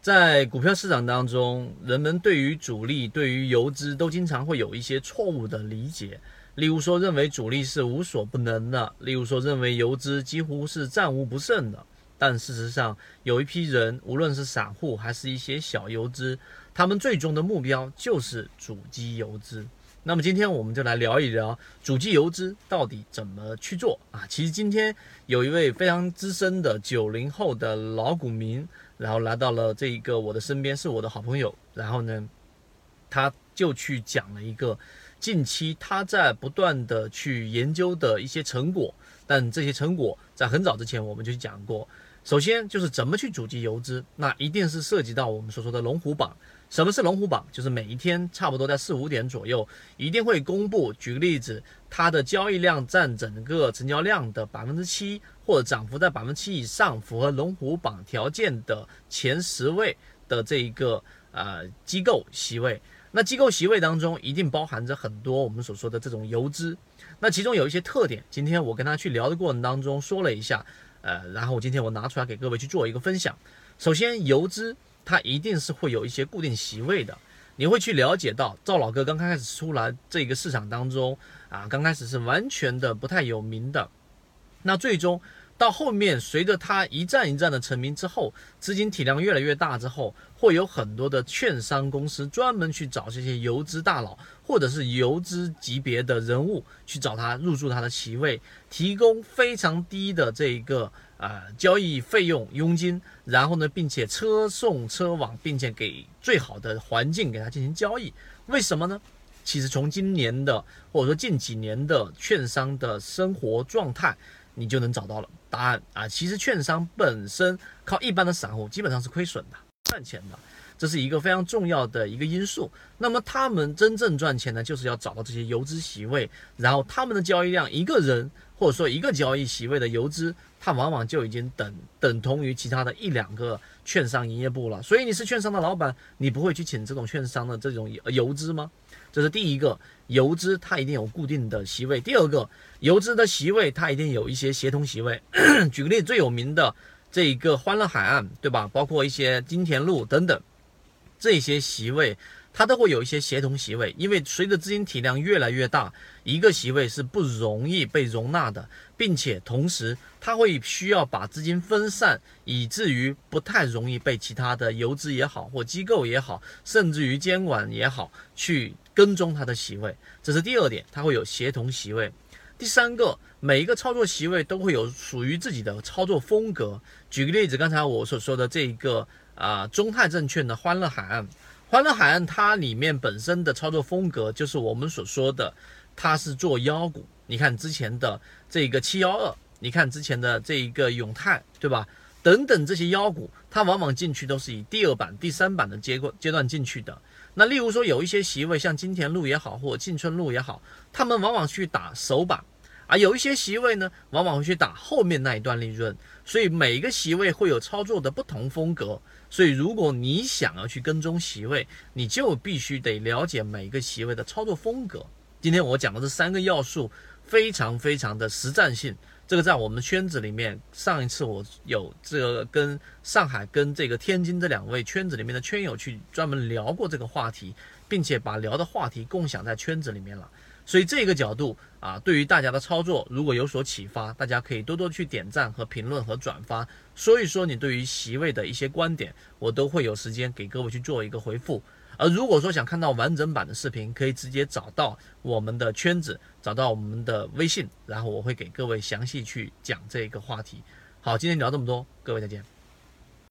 在股票市场当中，人们对于主力、对于游资都经常会有一些错误的理解。例如说，认为主力是无所不能的；例如说，认为游资几乎是战无不胜的。但事实上，有一批人，无论是散户还是一些小游资，他们最终的目标就是主基游资。那么今天我们就来聊一聊主基游资到底怎么去做啊？其实今天有一位非常资深的90后的老股民，然后来到了这个我的身边，是我的好朋友。然后呢，他就去讲了一个近期他在不断的去研究的一些成果，但这些成果在很早之前我们就讲过。首先就是怎么去主基游资，那一定是涉及到我们所说的龙虎榜。什么是龙虎榜？就是每一天差不多在4、5点左右，一定会公布。举个例子，它的交易量占整个成交量的7%，或者涨幅在7%以上，符合龙虎榜条件的前10位的这一个机构席位。那机构席位当中一定包含着很多我们所说的这种游资。那其中有一些特点，今天我跟他去聊的过程当中说了一下，然后今天我拿出来给各位去做一个分享。首先，游资它一定是会有一些固定席位的，你会去了解到赵老哥刚开始出来这个市场当中刚开始是完全的不太有名的，那最终到后面随着他一站一站的成名之后，资金体量越来越大之后，会有很多的券商公司专门去找这些游资大佬或者是游资级别的人物去找他入驻他的席位，提供非常低的这一个交易费用佣金，然后呢，并且车送车往，并且给最好的环境给他进行交易。为什么呢？其实从今年的或者说近几年的券商的生活状态，你就能找到了答案其实券商本身靠一般的散户基本上是亏损的，赚钱的，这是一个非常重要的一个因素。那么他们真正赚钱呢，就是要找到这些游资席位，然后他们的交易量，一个人或者说一个交易席位的游资，它往往就已经等同于其他的1、2个券商营业部了。所以你是券商的老板，你不会去请这种券商的这种游资吗？这是第一个，游资它一定有固定的席位。第二个，游资的席位它一定有一些协同席位。举个例子，最有名的这一个欢乐海岸，对吧？包括一些金田路等等，这些席位它都会有一些协同席位，因为随着资金体量越来越大，一个席位是不容易被容纳的，并且同时它会需要把资金分散，以至于不太容易被其他的游资也好，或机构也好，甚至于监管也好去跟踪它的席位。这是第二点，它会有协同席位。第三个，每一个操作席位都会有属于自己的操作风格。举个例子，刚才我所说的这一个中泰证券的欢乐海岸，欢乐海岸它里面本身的操作风格就是我们所说的，它是做妖股。你看之前的这个712，你看之前的这一个永泰，对吧？等等这些妖股，它往往进去都是以第2版、第3版的阶段进去的。那例如说有一些席位，像金田路也好，或者进春路也好，他们往往去打首版，而有一些席位呢，往往会去打后面那一段利润。所以每一个席位会有操作的不同风格。所以如果你想要去跟踪席位，你就必须得了解每一个席位的操作风格。今天我讲的这3个要素非常非常的实战性，这个在我们圈子里面，上一次我有这个跟上海跟这个天津这2位圈子里面的圈友去专门聊过这个话题，并且把聊的话题共享在圈子里面了。所以这个角度对于大家的操作如果有所启发，大家可以多多去点赞和评论和转发，说一说你对于席位的一些观点，我都会有时间给各位去做一个回复。而如果说想看到完整版的视频，可以直接找到我们的圈子，找到我们的微信，然后我会给各位详细去讲这个话题。好，今天聊这么多，各位再见。